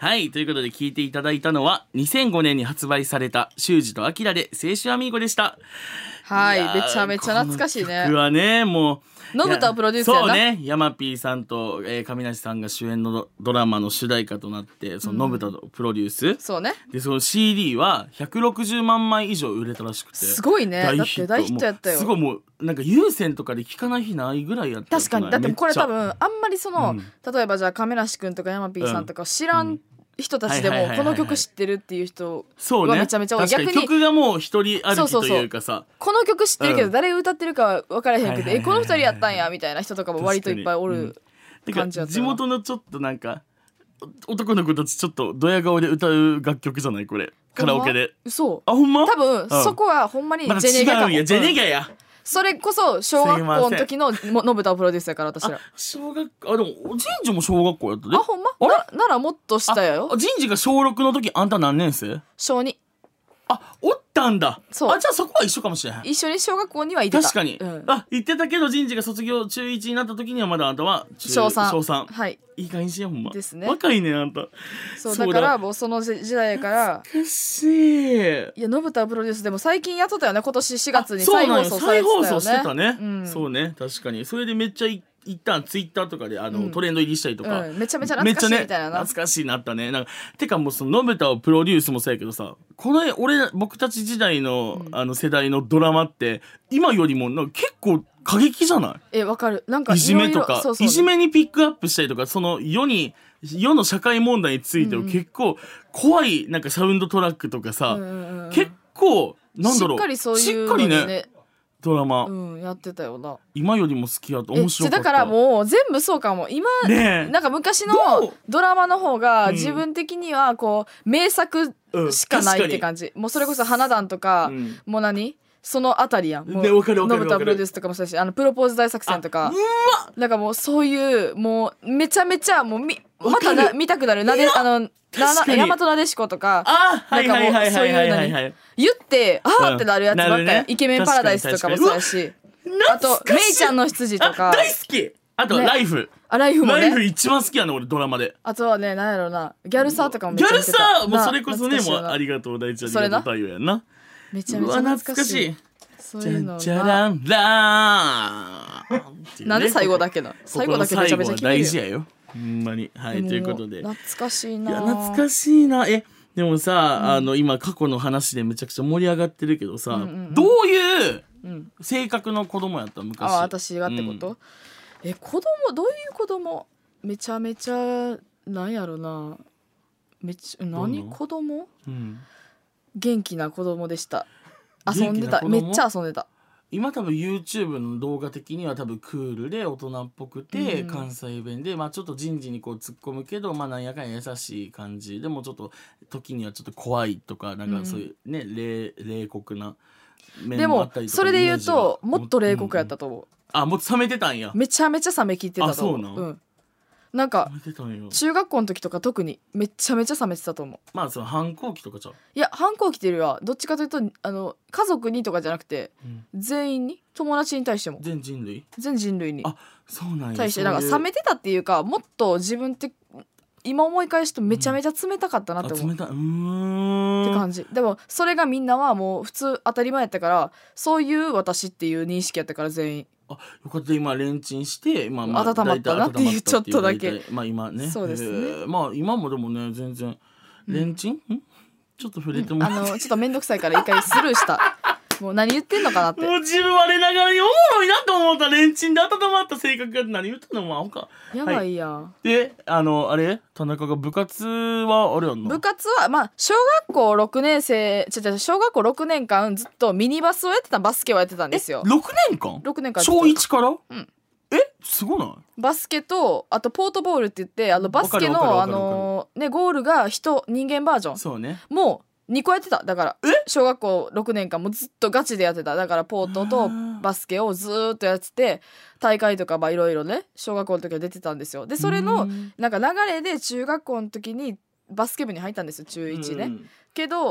はい、ということで聞いていただいたのは2005年に発売された修二とアキラで青春アミーゴでした。 はい、 やーめちゃめちゃ懐かしいね。 この曲はね、もうのぶたをプロデュースやな。 そうね、ヤマピーさんと、亀梨さんが主演のドラマの主題歌となってそののぶたをプロデュース、 そうね。 でその CD は160万枚以上売れたらしくて、 すごいね。だって大ヒットやったよ。 すごい、もうなんか有線とかで聞かない日ないぐらいやった。 確かに。だってこれ多分あんまりその、例えばじゃあ亀梨くんとかヤマピーさんとか知らん人たちでもこの曲知ってるっていう人はめちゃめちゃ多い。 逆に曲がもう一人歩きというかさ、 この曲知ってるけど誰歌ってるかは分からへんけど、この二人やったんやみたいな人とかも割といっぱいおる感じやったな。 地元のちょっとなんか男の子たちちょっとドヤ顔で歌う楽曲じゃないこれ、カラオケで。 そう、 あ、ほんま。 多分そこはほんまにジェネギャかも。 ジェネギャや。 それこそ小学校の時ののぶたをプロデュースやから私ら。 小学校、でも人事も小学校やったで。 あ、ほんま。ならもっと下やよ。 人事が小6の時、あんた何年生？ 小2。 あ、おったんだ。 そう。 あ、じゃあそこは一緒かもしれへん。 一緒に小学校には行ってた。 確かに、あ、行ってたけど人事が卒業中1になった時にはまだあんたは小3。 小3。 はい。 いい感じやほんま。 ですね。 若いねあんた。 そうだからもうその時代やから。 懐かしい。 いや、のぶたプロデュースでも最近やっとったよね。今年4月に再放送されてたよね。 再放送してたね。そうね、確かに。それでめっちゃ一旦ツイッターとかでトレンド入りしたりとか、 めちゃめちゃ懐かしいみたいな。 懐かしいなったね。なんかてかもうそののぶたをプロデュースもそうやけどさ、この僕たち時代の、世代のドラマって今よりもなんか結構過激じゃない？ わかる。なんかいじめとか、いじめにピックアップしたりとか、その世の社会問題についてを結構怖いなんかサウンドトラックとかさ、結構なんだろう、 しっかりそういうしっかりねドラマ、 やってたよな。 今よりも好きやと面白かった。 だからもう全部そうかも。今、なんか昔のドラマの方が自分的にはこう名作しかないって感じ。もうそれこそ花壇とか、もうそのあたりやん。もうのぶたプロデュースとかもそうだし、プロポーズ大作戦とか、なんかもうそういうもうめちゃめちゃもうまた見たくなる。大和なでしことか、なんかもうそういう言ってってなるやつばっかり。イケメンパラダイスとかもそうやし、あとメイちゃんの羊とか大好き。あとライフ。 ライフもね。 ライフ一番好きやな俺ドラマで。 あとはね、なんやろうな、ギャルサーとかもめっちゃ見てた。 ギャルサーもうそれこそね、もうありがとう大ちゃんありがとう太陽やんな。 めちゃめちゃ懐かしい。そういうのじゃらんらーなんで最後だけな。最後だけめちゃめちゃ大事やよほんまに。はい、ということで懐かしいな。 いや懐かしいな。でもさ、今過去の話でめちゃくちゃ盛り上がってるけどさ、どういう性格の子供やった昔？ 私がってこと？子供どういう子供？めちゃめちゃなんやろな。何子供？元気な子供でした。遊んでた。めっちゃ遊んでた。 今多分 YouTube の動画的には多分クールで大人っぽくて、関西弁でちょっと人事にこう突っ込むけどなんやかんや優しい感じでもちょっと時にはちょっと怖いとかなんかそういうね、冷酷な面もあったりとか。 でもそれで言うともっと冷酷やったと思う。 もっと冷めてたんや。 めちゃめちゃ冷めきってたと思う。 そうなん？ なんか中学校の時とか特にめちゃめちゃ冷めてたと思う。 その反抗期とかじゃ。 いや反抗期っていうよりはどっちかというと家族にとかじゃなくて、全員に、友達に対しても全人類にそうなんや。 対してなんか冷めてたっていうか、もっと自分って今思い返すとめちゃめちゃ冷たかったなって思う。って感じ。でもそれがみんなはもう普通当たり前やったから、そういう私っていう認識やったから全員。 よかった。今レンチンして温まったなっていうちょっとだけ。 今ね。 そうですね。 今もでもね全然レンチン、ちょっと触れてもらって、 ちょっとめんどくさいから一回スルーした。もう何言ってんのかなって。 もう自分我ながらにおもろいなと思った。レンチンで温まった性格が何言ったのもアホか。 やばいや。 であれ田中が部活はあれやんの？ 部活は小学校6年生小学校6年間ずっとミニバスをやってた、バスケをやってたんですよ。 6年間 6年間小1から？すごない？ バスケとあとポートボールって言ってバスケのゴールが人間バージョン。 そうね。 もう2個やってた。だから小学校6年間もずっとガチでやってた。だからポートとバスケをずーっとやってて、大会とかいろいろね小学校の時は出てたんですよ。でそれのなんか流れで中学校の時にバスケ部に入ったんですよ、中1ね。けど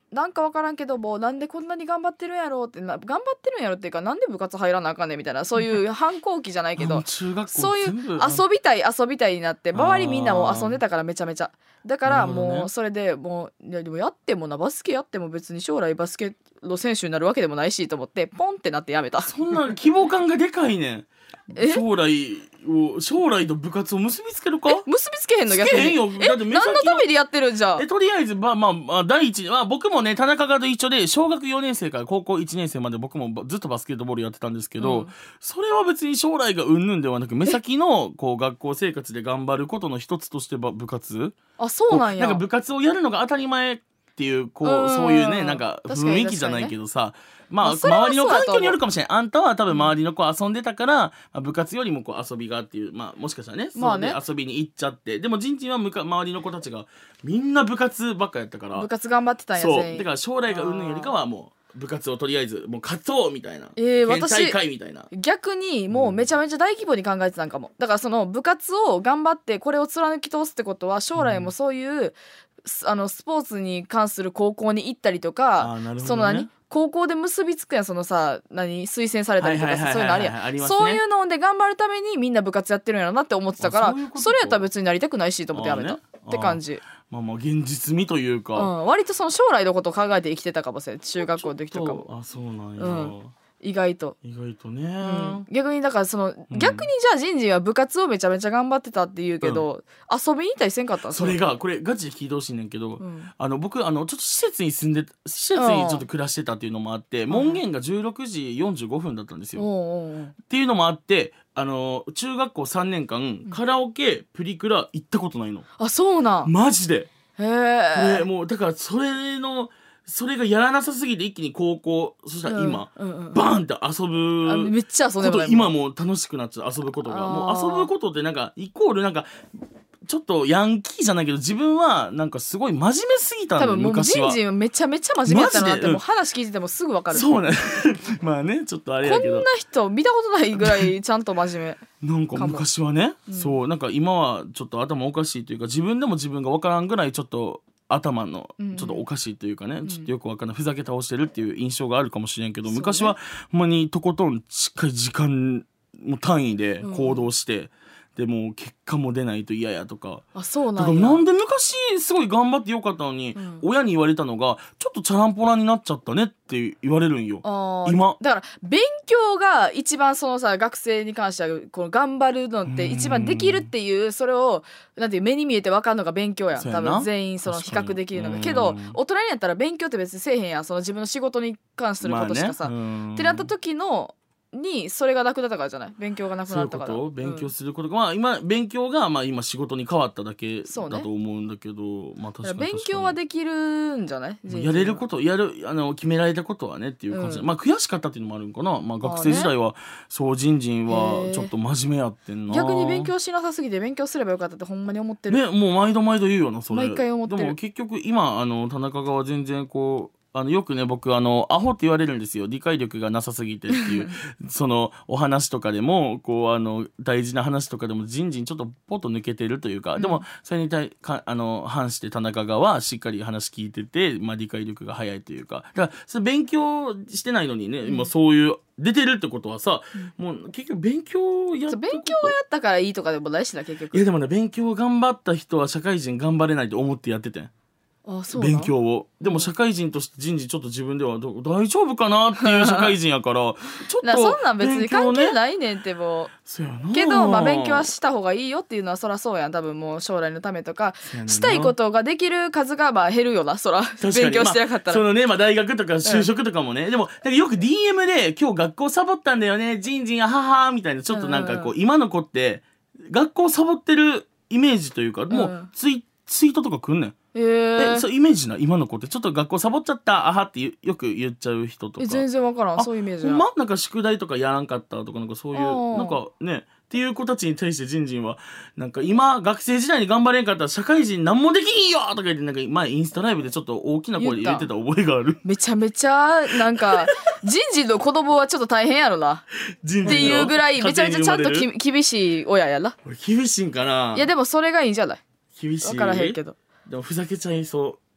なんか分からんけどもなんでこんなに頑張ってるんやろうって頑張ってるんやろっていうかなんで部活入らなあかんねんみたいなそういう反抗期じゃないけど中学校そういう遊びたいになって周りみんなも遊んでたからめちゃめちゃだからもうそれでもういやでもやってもなバスケやっても別に将来バスケの選手になるわけでもないしと思ってポンってなってやめた。 そんな希望感がでかいねん。将来と部活を結びつけるか。 結びつけへんの逆に。 つけへんよ。だって何のためにやってるんじゃ。 とりあえずまあ第一、僕もね田中がと一緒で小学4年生から高校1年生まで僕もずっとバスケットボールやってたんですけど、それは別に将来がうんぬんではなく目先のこう学校生活で頑張ることの一つとして部活。 あ、そうなんや。 なんか部活をやるのが当たり前っていうそういうねなんか雰囲気じゃないけどさ、周りの環境によるかもしれない。あんたは多分周りの子遊んでたから、部活よりも遊びがっていう、もしかしたらね、そうで遊びに行っちゃって、でもジンジンは周りの子たちがみんな部活ばっかやったから、 部活頑張ってたんや。 そうだから将来がうんぬんよりかはもう部活をとりあえずもう勝とうみたいな、県大会みたいな。 逆にもうめちゃめちゃ大規模に考えてたんかも。だからその部活を頑張ってこれを貫き通すってことは将来もそういう、スポーツに関する高校に行ったりとか、その高校で結びつくやん、そのさ推薦されたりとかさ、そういうのあるやん、そういうので頑張るためにみんな部活やってるんやろなって思ってたから、それやったら別になりたくないしと思ってやめたって感じ。 現実味というか、 割とその将来のことを考えて生きてたかもしれない。中学校の時とかも。 あ、そうなんや。 意外とね、 逆にだから逆にじゃあジンジンは部活をめちゃめちゃ頑張ってたって言うけど、遊びに行ったりせんかったん？ それがこれガチで聞いてほしいねんけど、僕ちょっと施設にちょっと暮らしてたっていうのもあって、門限が16時45分だったんですよ。っていうのもあって中学校3年間カラオケプリクラ行ったことないの。 あ、そうなん。 マジで。 へえ。 もうだからそれがやらなさすぎて一気に高校、そしたら今、バーンって遊ぶめっちゃ遊んでこと今もう楽しくなっちゃう。遊ぶことがもう遊ぶことってなんかイコールなんかちょっとヤンキーじゃないけど自分はなんかすごい真面目すぎたの。 多分もうジンジンはめちゃめちゃ真面目やったなって、もう話聞いててもすぐ分かる。 そうねまあねちょっとあれやけど、 こんな人見たことないぐらいちゃんと真面目なんか昔はね、そうなんか今はちょっと頭おかしいというか自分でも自分が分からんぐらいちょっと頭のちょっとおかしいというかね、ちょっとよくわかんないふざけ倒してるっていう印象があるかもしれんけど、昔はほんまにとことんしっかり時間も単位で行動して、でも結果も出ないと嫌やとか。 あ、そうなんや。 だからなんで昔すごい頑張ってよかったのに、親に言われたのがちょっとチャランポラになっちゃったねって言われるんよ今。 だから勉強が一番そのさ学生に関してはこの頑張るのって一番できるっていう、それをなんていう目に見えて分かるのが勉強やん。多分全員その比較できるのがけど、大人になったら勉強って別にせえへんやん。その自分の仕事に関することしかさ、ってなった時のにそれがなくなったからじゃない。勉強がなくなったから。 そういうこと勉強することが、今勉強が今仕事に変わっただけだと思うんだけど、確かに勉強はできるんじゃない。 やれること決められたことはねっていう感じで、悔しかったっていうのもあるんかな。学生時代はそうジンジンはちょっと真面目やってんな。 逆に勉強しなさすぎて勉強すればよかったってほんまに思ってるね。もう毎度毎度言うよなそれ。 毎回思ってる。 でも結局今田中が全然こうよくね僕アホって言われるんですよ。理解力がなさすぎてっていうそのお話とかでもこう大事な話とかでもじんじんちょっとポッと抜けてるというか、でもそれに反して田中側はしっかり話聞いてて、理解力が早いというか、だからそれ勉強してないのにね、今そういう出てるってことはさ、もう結局勉強やったからいいとかでもないしな結局。 いやでもね勉強頑張った人は社会人頑張れないと思ってやっててん。勉強を。でも社会人として人事ちょっと自分では大丈夫かなっていう社会人やからちょっとそんなん別に関係ないねんってもうけど勉強はした方がいいよっていうのはそらそうやん。多分もう将来のためとかしたいことができる数が減るよなそら勉強してなかったら、 そのね大学とか就職とかもね、でもよく DM で今日学校サボったんだよね人事やははみたいな、ちょっとなんかこう今の子って学校サボってるイメージというか、もうツイートとか来んねん。そうイメージな。今の子ってちょっと学校サボっちゃったあはってよく言っちゃう人とか。 全然わからん。そういうイメージなんか宿題とかやらんかったとかなんかそういうなんかねっていう子たちに対してジンジンはなんか今学生時代に頑張れんかったら社会人何もできひんよとか言って、なんか前インスタライブでちょっと大きな声で言ってた覚えがある。 めちゃめちゃなんかジンジンの子供はちょっと大変やろなっていうぐらいめちゃめちゃちゃんと厳しい親やな。 厳しいんかな。 いやでもそれがいいんじゃない。 厳しい。 分からへんけど。 でもふざけちゃいそ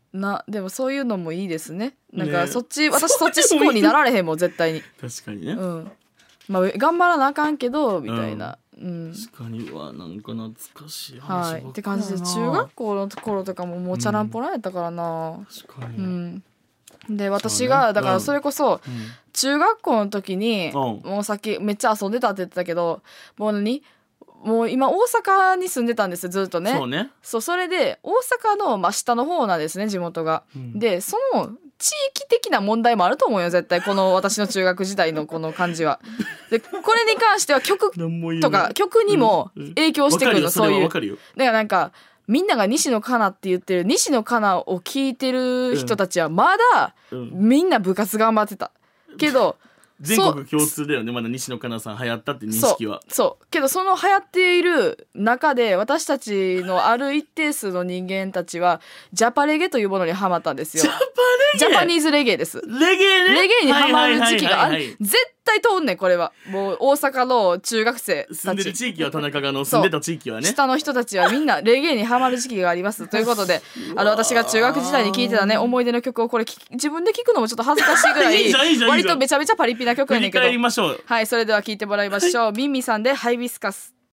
でもそういうのもいいですね。なんか私そっち思考になられへんもん絶対に。 確かにね。 まあ頑張らなあかんけどみたいな。 確かにはなんか懐かしい話ばっかりやな。 って感じで中学校の頃とかももうチャランポランやったからな。 確かに。 で私がだからそれこそ中学校の時にもうさっきめっちゃ遊んでたって言ってたけど、もう今大阪に住んでたんですよずっとね。 そうね。 それで大阪の真下の方なんですね地元が。でその地域的な問題もあると思うよ絶対この私の中学時代のこの感じは。でこれに関しては曲とか曲にも影響してくるの、そういう。だからなんかみんなが西野カナって言ってる西野カナを聞いてる人たちはまだみんな部活頑張ってたけど全国共通だよね。まだ西野カナさん流行ったって認識は。 そうけどその流行っている中で私たちのある一定数の人間たちはジャパレゲというものにハマったんですよ。ジャパニーズレゲエです。レゲエにハマる時期がある。絶対通んねんこれは。もう大阪の中学生たち住んでる地域は田中が住んでた地域はね下の人たちはみんなレゲエにハマる時期がありますということで私が中学時代に聴いてたね思い出の曲をこれ自分で聴くのもちょっと恥ずかしいぐらい割とめちゃめちゃパリピな曲やねんけど、はい、それでは聴いてもらいましょう。ミンミさんでハイビスカス。